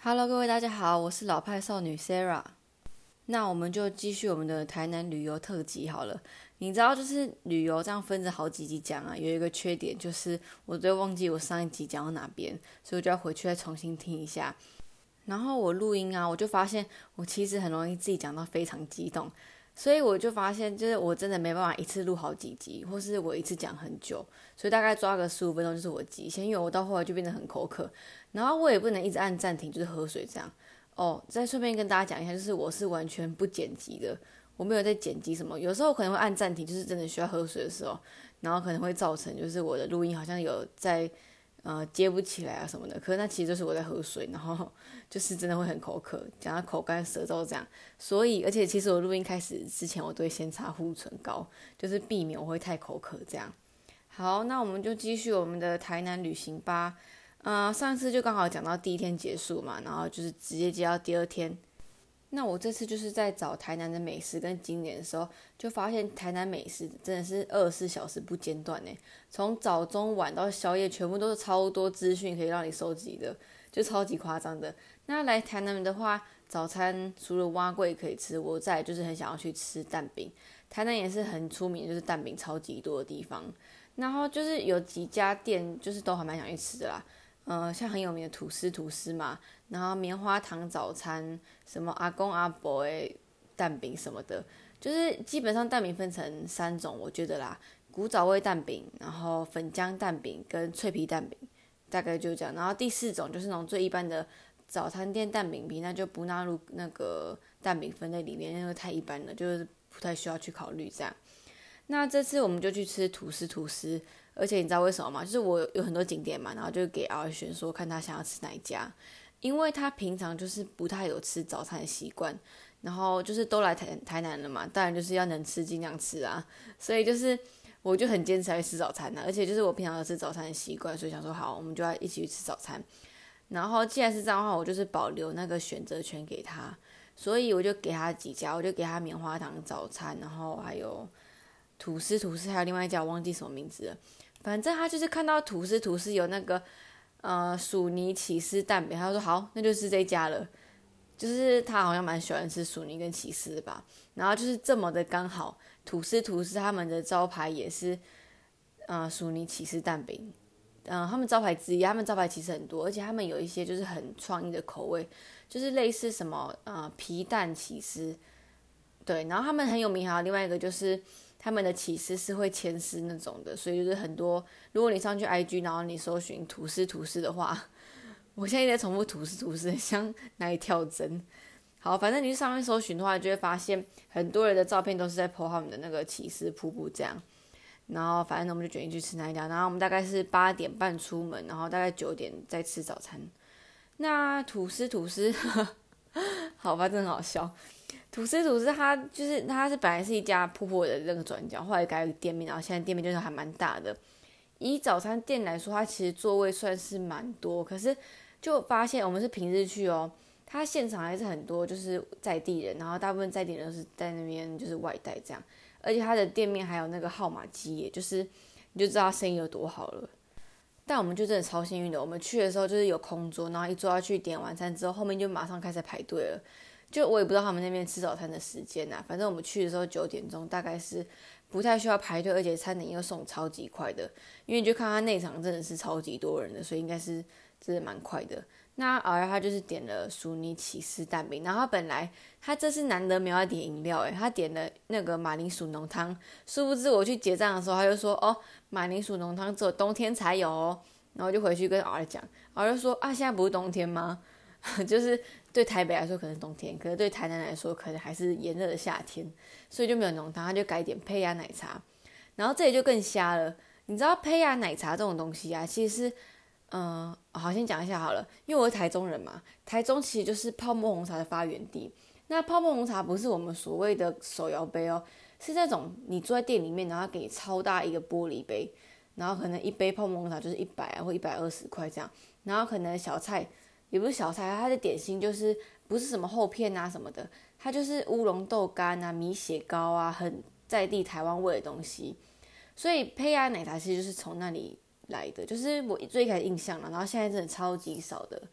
Hello，各位大家好，我是老派少女 Sarah。那我们就继续我们的台南旅游特辑好了。你知道，就是旅游这样分着好几集讲啊，有一个缺点就是我都会忘记我上一集讲到哪边，所以我就要回去再重新听一下。然后我录音啊，我就发现我其实很容易自己讲到非常激动，所以我就发现就是我真的没办法一次录好几集，或是我一次讲很久，所以大概抓个15分钟就是我极限，因为我到后来就变得很口渴，然后我也不能一直按暂停，就是喝水这样。哦，再顺便跟大家讲一下，就是我是完全不剪辑的，我没有在剪辑什么，有时候可能会按暂停，就是真的需要喝水的时候，然后可能会造成就是我的录音好像有在接不起来啊什么的，可是那其实就是我在喝水，然后就是真的会很口渴，讲到口干舌燥这样，所以而且其实我录音开始之前我都会先擦护唇膏，就是避免我会太口渴这样。好，那我们就继续我们的台南旅行吧。上次就刚好讲到第一天结束嘛，然后就是直接接到第二天。那我这次就是在找台南的美食跟景点的时候，就发现台南美食真的是24小时不间断呢，从早中晚到宵夜，全部都是超多资讯可以让你收集的，就超级夸张的。那来台南的话，早餐除了蛙粿可以吃，我再来就是很想要去吃蛋饼。台南也是很出名，就是蛋饼超级多的地方。然后就是有几家店，就是都还蛮想去吃的啦。像很有名的吐司嘛，然后棉花糖早餐，什么阿公阿婆的蛋饼什么的，就是基本上蛋饼分成3种，我觉得啦，古早味蛋饼，然后粉浆蛋饼跟脆皮蛋饼，大概就这样。然后第4种就是那种最一般的早餐店蛋饼皮，那就不纳入那个蛋饼分类里面，因为太一般了，就是不太需要去考虑这样。那这次我们就去吃吐司，而且你知道为什么吗？就是我有很多景点嘛，然后就给 R 选说看他想要吃哪一家，因为他平常就是不太有吃早餐的习惯，然后就是都来台南了嘛，当然就是要能吃尽量吃啊，所以就是我就很坚持要去吃早餐而且就是我平常有吃早餐的习惯，所以想说好，我们就要一起去吃早餐。然后既然是这样的话，我就是保留那个选择权给他，所以我就给他几家，我就给他棉花糖早餐，然后还有吐司，还有另外一家我忘记什么名字了。反正他就是看到吐司有那个薯泥起司蛋饼，他就说好，那就是这家了。就是他好像蛮喜欢吃薯泥跟起司的吧。然后就是这么的刚好，吐司他们的招牌也是薯泥起司蛋饼。他们招牌之一，他们招牌其实很多，而且他们有一些就是很创意的口味，就是类似什么皮蛋起司，对，然后他们很有名，还有另外一个就是他们的起司是会牵丝那种的，所以就是很多，如果你上去 IG，然后你搜寻吐司的话，我现在一直在重复吐司，像哪里跳针。好，反正你去上面搜寻的话，就会发现很多人的照片都是在 po 他们的那个起司瀑布这样。然后反正我们就决定去吃那一家，然后我们大概是8点半出门，然后大概9点再吃早餐。那吐司，好吧，真的很好笑。吐司，它是本来是一家瀑布的那个转角，后来改了店面，然后现在店面就是还蛮大的。以早餐店来说，它其实座位算是蛮多，可是就发现我们是平日去哦，它现场还是很多就是在地人，然后大部分在地人都是在那边就是外带这样，而且它的店面还有那个号码机耶，就是你就知道它生意有多好了。但我们就真的超幸运的，我们去的时候就是有空桌，然后一坐下去点晚餐之后，后面就马上开始排队了。就我也不知道他们那边吃早餐的时间啊，反正我们去的时候9点钟，大概是不太需要排队，而且餐点又送超级快的，因为你就看他内场真的是超级多人的，所以应该是真的蛮快的。那儿他就是点了薯泥起司蛋饼，然后他本来他这次难得没有要点饮料，他点了那个马铃薯浓汤，殊不知我去结账的时候，他就说哦，马铃薯浓汤只有冬天才有哦，然后就回去跟儿讲，儿就说啊，现在不是冬天吗？就是对台北来说可能是冬天，可是对台南来说可能还是炎热的夏天，所以就没有浓汤，他就改点胚芽奶茶。然后这里就更瞎了，你知道胚芽奶茶这种东西啊，其实是好先讲一下好了，因为我是台中人嘛，台中其实就是泡沫红茶的发源地。那泡沫红茶不是我们所谓的手摇杯哦，是那种你坐在店里面，然后给你超大一个玻璃杯，然后可能一杯泡沫红茶就是100或120块这样，然后可能小菜也不是小菜，它的点心就是不是什么厚片啊什么的，它就是乌龙豆干啊、米血糕啊，很在地台湾味的东西。所以胚芽奶茶其实就是从那里来的，就是我最开始印象了，然后现在真的超级少的。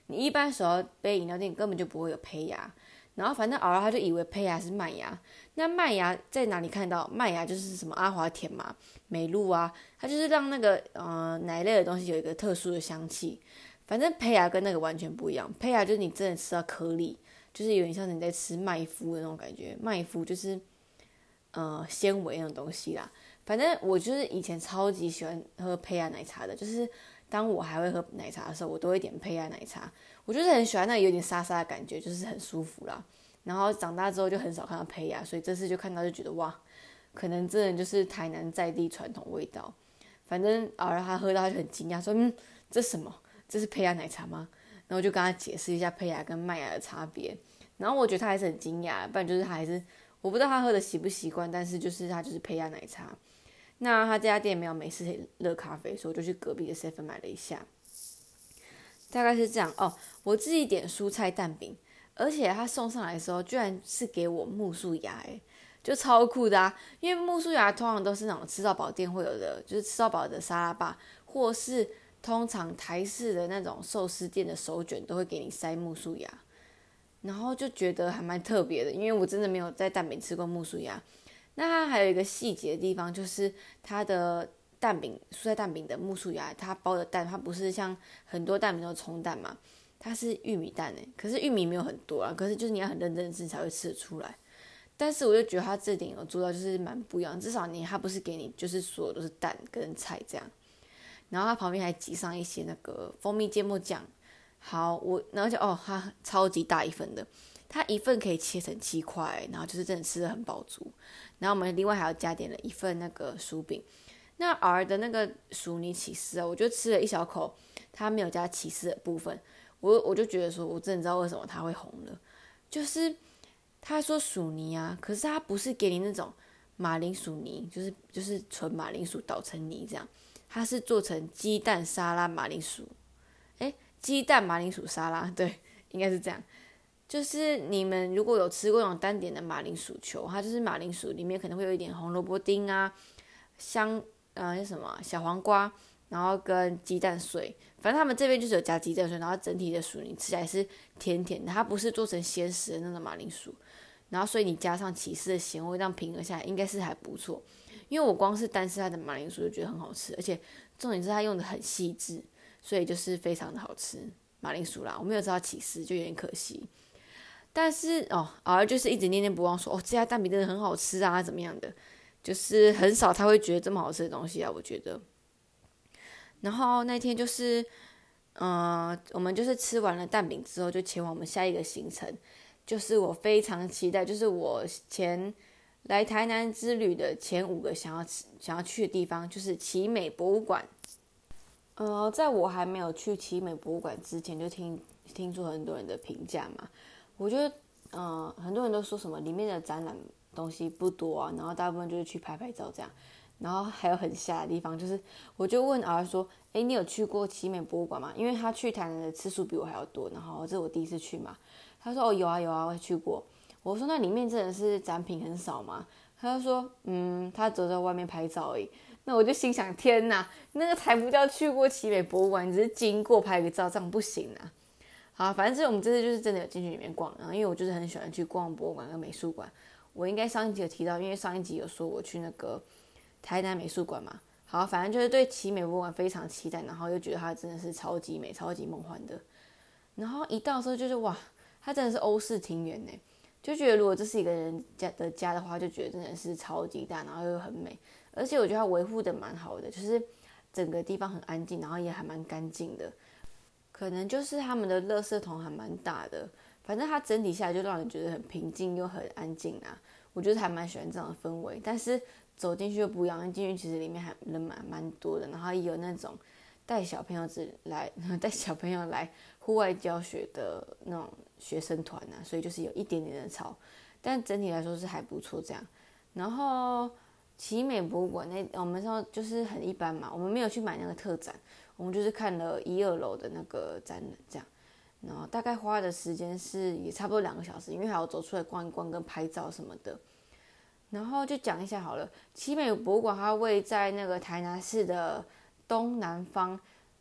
你一般手摇杯饮料店根本就不会有胚芽。然后反正熬了他就以为胚芽是麦芽，那麦芽在哪里看到？麦芽就是什么阿华田嘛、美露啊，它就是让那个奶类的东西有一个特殊的香气。反正胚芽跟那个完全不一样，胚芽就是你真的吃到颗粒，就是有点像是你在吃麦麸的那种感觉。麦麸就是纤维那种东西啦。反正我就是以前超级喜欢喝胚芽奶茶的，就是当我还会喝奶茶的时候，我都会点胚芽奶茶。我就是很喜欢那个有点沙沙的感觉，就是很舒服啦。然后长大之后就很少看到胚芽，所以这次就看到就觉得哇，可能真的就是台南在地传统味道。反正他喝到他就很惊讶，说这什么？这是胚芽奶茶吗？然后我就跟他解释一下胚芽跟麦芽的差别。然后我觉得他还是很惊讶，不然就是他还是我不知道他喝的习不习惯，但是就是他就是胚芽奶茶。那他这家店没有美式热咖啡，所以我就去隔壁的 7-Eleven 买了一下。大概是这样哦。我自己点蔬菜蛋饼，而且他送上来的时候居然是给我木薯芽，就超酷的啊！因为木薯芽通常都是那种吃到饱店会有的，就是吃到饱的沙拉吧，或是通常台式的那种寿司店的手卷都会给你塞木薯芽，然后就觉得还蛮特别的，因为我真的没有在蛋饼吃过木薯芽。那它还有一个细节的地方，就是它的蛋饼蔬菜蛋饼的木薯芽，它包的蛋它不是像很多蛋饼都葱蛋嘛，它是玉米蛋可是玉米没有很多啊，可是就是你要很认真的吃才会吃得出来。但是我就觉得它这点有做到就是蛮不一样，至少它不是给你就是所有都是蛋跟菜这样，然后它旁边还挤上一些那个蜂蜜芥末酱。好，然后它超级大一份的，它一份可以切成7块，然后就是真的吃得很饱足。然后我们另外还要加点了一份那个薯饼。那 R 的那个薯泥起司啊，我就吃了一小口，它没有加起司的部分，我就觉得说，我真的知道为什么它会红了，就是他说薯泥啊，可是它不是给你那种马铃薯泥，就是纯马铃薯捣成泥这样，它是做成鸡蛋沙拉马铃薯，鸡蛋马铃薯沙拉，对，应该是这样。就是你们如果有吃过那种单点的马铃薯球，它就是马铃薯里面可能会有一点红萝卜丁啊、什么小黄瓜，然后跟鸡蛋碎，反正他们这边就是有加鸡蛋碎，然后整体的薯泥吃起来是甜甜的，它不是做成鲜食的那种马铃薯，然后所以你加上起司的咸味，这样平衡下来应该是还不错。因为我光是单吃它的马铃薯就觉得很好吃，而且重点是它用的很细致，所以就是非常的好吃。马铃薯啦，我没有吃到起司，就有点可惜。但是R就是一直念念不忘说，这家蛋饼真的很好吃啊，怎么样的，就是很少他会觉得这么好吃的东西啊，我觉得。然后那天就是，我们就是吃完了蛋饼之后，就前往我们下一个行程，就是我非常期待，就是我来台南之旅的前5个想要去的地方，就是奇美博物馆。在我还没有去奇美博物馆之前，就听说很多人的评价嘛。我觉得，很多人都说什么里面的展览东西不多啊，然后大部分就是去拍拍照这样。然后还有很瞎的地方，就是我就问R说，你有去过奇美博物馆吗？因为他去台南的次数比我还要多，然后这是我第一次去嘛。他说有啊有啊，我去过。我说那里面真的是展品很少吗？他就说他走在外面拍照而已。那我就心想，天哪，那个才不叫去过奇美博物馆，只是经过拍个照，这样不行啊。好，反正我们这次就是真的有进去里面逛，然后因为我就是很喜欢去逛博物馆跟美术馆。我应该上一集有提到，因为上一集有说我去那个台南美术馆嘛。好，反正就是对奇美博物馆非常期待，然后又觉得它真的是超级美、超级梦幻的。然后一到的时候就是哇，它真的是欧式庭园呢，就觉得如果这是一个人家的话，就觉得真的是超级大，然后又很美，而且我觉得它维护的蛮好的，就是整个地方很安静，然后也还蛮干净的。可能就是他们的垃圾桶还蛮大的，反正它整体下来就让人觉得很平静又很安静啊。我觉得还蛮喜欢这样的氛围，但是走进去就不一样，进去其实里面还人蛮多的，然后也有那种带小朋友来户外教学的那种学生团啊，所以就是有一点点的吵，但整体来说是还不错这样。然后奇美博物馆我们说就是很一般嘛，我们没有去买那个特展，我们就是看了1、2楼的那个展览这样。然后大概花的时间是也差不多2个小时，因为还要走出来逛一逛跟拍照什么的。然后就讲一下好了，奇美博物馆它位在那个台南市的东南方，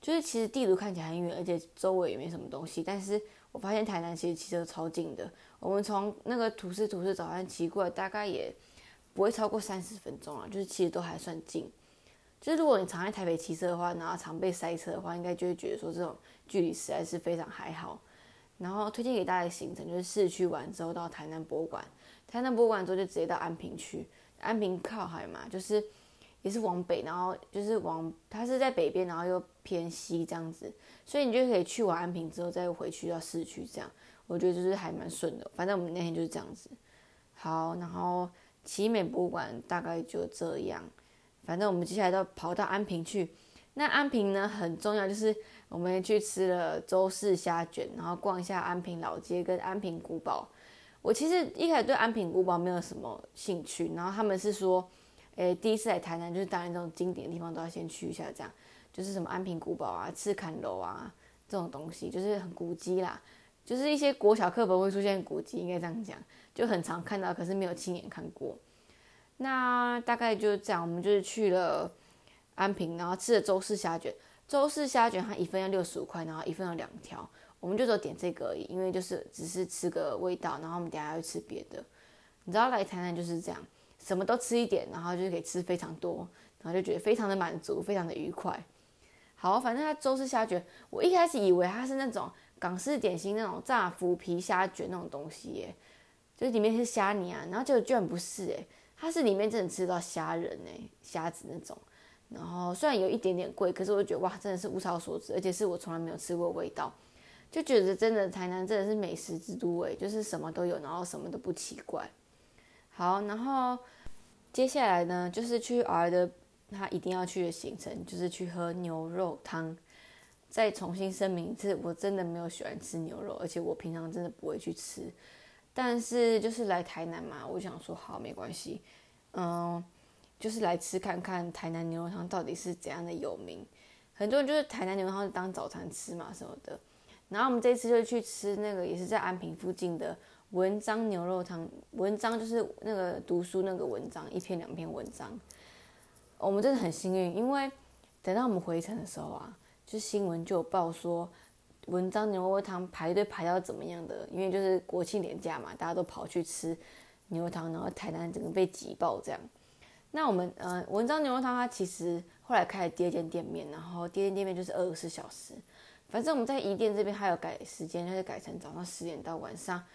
就是其实地图看起来很远，而且周围也没什么东西，但是我发现台南其实骑车超近的。我们从那个土司早餐骑过来，大概也不会超过30分钟啊，就是其实都还算近。就是如果你常在台北骑车的话，然后常被塞车的话，应该就会觉得说这种距离实在是非常还好。然后推荐给大家的行程就是市区完之后到台南博物馆，台南博物馆之后就直接到安平去。安平靠海嘛，就是也是往北，然后就是它是在北边，然后又偏西这样子，所以你就可以去完安平之后再回去到市区这样。我觉得就是还蛮顺的，反正我们那天就是这样子。好，然后奇美博物馆大概就这样。反正我们接下来都跑到安平去。那安平呢很重要，就是我们去吃了周氏虾卷，然后逛一下安平老街跟安平古堡。我其实一开始对安平古堡没有什么兴趣，然后他们是说，第一次来台南就是当然这种经典的地方都要先去一下，这样就是什么安平古堡啊、赤坎楼啊这种东西，就是很古迹啦，就是一些国小课本会出现古迹，应该这样讲，就很常看到，可是没有亲眼看过。那大概就是这样，我们就是去了安平，然后吃了周氏虾卷。周氏虾卷它一份要65块，然后一份要2条，我们就只有点这个而已，因为就是只是吃个味道，然后我们等一下要去吃别的。你知道来台南就是这样，什么都吃一点，然后就可以吃非常多，然后就觉得非常的满足，非常的愉快。好，反正它周氏虾卷，我一开始以为它是那种港式点心那种炸腐皮虾卷那种东西耶，就是里面是虾泥啊，然后结果居然不是耶，它是里面真的吃到虾仁耶，虾子那种。然后虽然有一点点贵，可是我就觉得哇，真的是物超所值，而且是我从来没有吃过的味道，就觉得真的台南真的是美食之都诶，就是什么都有，然后什么都不奇怪。好，然后接下来呢，就是去 R 的他一定要去的行程，就是去喝牛肉汤。再重新声明一次，我真的没有喜欢吃牛肉，而且我平常真的不会去吃。但是就是来台南嘛，我想说好没关系，就是来吃看看台南牛肉汤到底是怎样的有名。很多人就是台南牛肉汤当早餐吃嘛什么的。然后我们这次就去吃那个也是在安平附近的文章牛肉汤。文章就是那个读书那个文章，1篇2篇文章。我们真的很幸运，因为等到我们回程的时候啊，就新闻就有报说文章牛肉汤排队排到怎么样的，因为就是国庆连假嘛，大家都跑去吃牛肉汤，然后台南整个被挤爆这样。那我们文章牛肉汤它其实后来开了第2间店面，然后第2间店面就是24小时。反正我们在宜店这边还有改时间，就是改成早上10点到晚上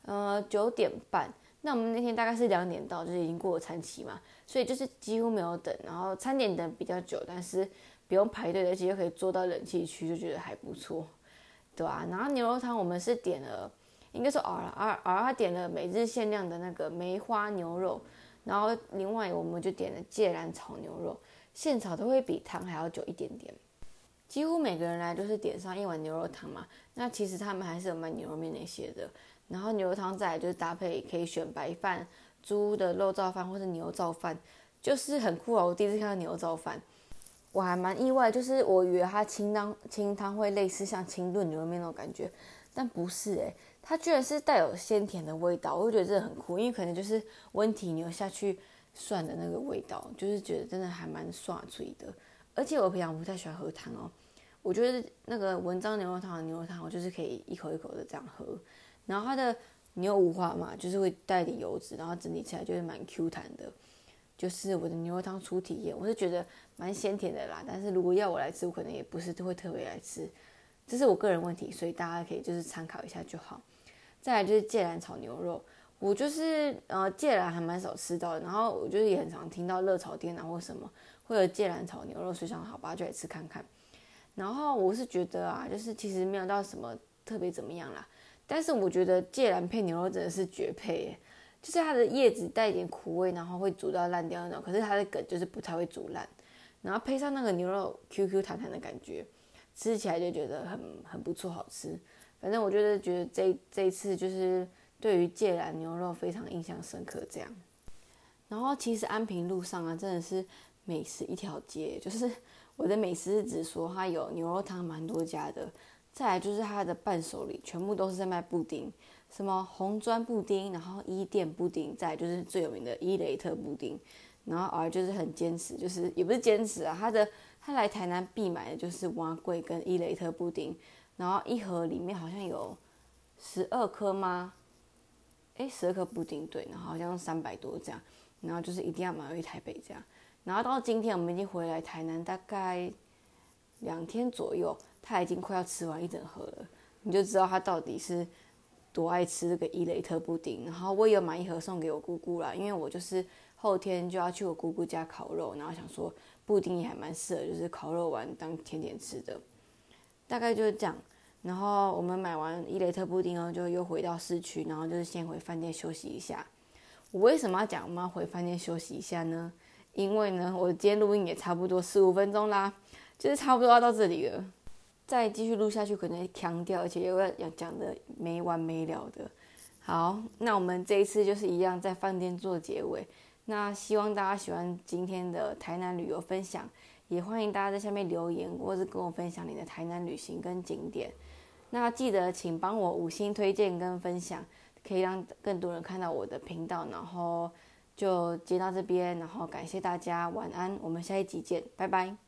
9点半。那我们那天大概是2点到，就是已经过了餐期嘛，所以就是几乎没有等，然后餐点等比较久，但是不用排队，而且又可以坐到冷气区，就觉得还不错，对啊。然后牛肉汤我们是点了，应该说他点了每日限量的那个梅花牛肉。然后另外我们就点了芥蓝炒牛肉，现炒都会比汤还要久一点点。几乎每个人来就是点上1碗牛肉汤嘛，那其实他们还是有卖牛肉面那些的。然后牛肉汤再来就是搭配可以选白饭、猪的肉燥饭或是牛燥饭，就是很酷啊！我第一次看到牛燥饭，我还蛮意外，就是我以为它清汤会类似像清炖牛肉面那种感觉，但不是它居然是带有鲜甜的味道，我就觉得这很酷，因为可能就是温体牛下去涮的那个味道，就是觉得真的还蛮爽脆的。而且我平常不太喜欢喝汤哦，我觉得那个文章牛肉汤的牛肉汤，我就是可以一口一口的这样喝。然后它的牛五花嘛，就是会带点油脂，然后整体起来就是蛮 Q 弹的。就是我的牛肉汤初体验，我是觉得蛮鲜甜的啦。但是如果要我来吃，我可能也不是会特别来吃，这是我个人问题，所以大家可以就是参考一下就好。再来就是芥蓝炒牛肉，我就是芥蓝还蛮少吃到的，然后我就是也很常听到热炒店啊或什么会有芥蓝炒牛肉，所以想好吧就来吃看看。然后我是觉得啊，就是其实没有到什么特别怎么样啦，但是我觉得芥蓝配牛肉真的是绝配耶，就是它的叶子带一点苦味，然后会煮到烂掉那种，可是它的梗就是不太会煮烂，然后配上那个牛肉 QQ 弹弹的感觉，吃起来就觉得很不错，好吃。反正我觉得这一次就是对于芥蓝牛肉非常印象深刻这样。然后其实安平路上啊，真的是美食一条街，就是我的美食是指说它有牛肉汤蛮多家的，再来就是它的伴手礼全部都是在卖布丁，什么红砖布丁，然后伊甸布丁，再来就是最有名的伊雷特布丁。然后就是很坚持，就是也不是坚持啊， 他来台南必买的就是碗粿跟伊蕾特布丁，然后一盒里面好像有12颗吗？12颗布丁对，然后好像300多这样，然后就是一定要买回台北这样。然后到今天我们已经回来台南大概2天左右，他已经快要吃完一整盒了，你就知道他到底是多爱吃这个伊蕾特布丁。然后我也有买一盒送给我姑姑啦，因为我就是后天就要去我姑姑家烤肉，然后想说布丁也还蛮适合，就是烤肉完当甜点吃的，大概就是这样。然后我们买完伊蕾特布丁后，就又回到市区，然后就是先回饭店休息一下。我为什么要讲我们要回饭店休息一下呢？因为呢，我今天录音也差不多15分钟啦，就是差不多要到这里了。再继续录下去可能会强调，而且又要讲的没完没了的。好，那我们这一次就是一样在饭店做结尾。那希望大家喜欢今天的台南旅游分享，也欢迎大家在下面留言，或是跟我分享你的台南旅行跟景点。那记得请帮我5星推荐跟分享，可以让更多人看到我的频道。然后就接到这边，然后感谢大家，晚安，我们下一集见，拜拜。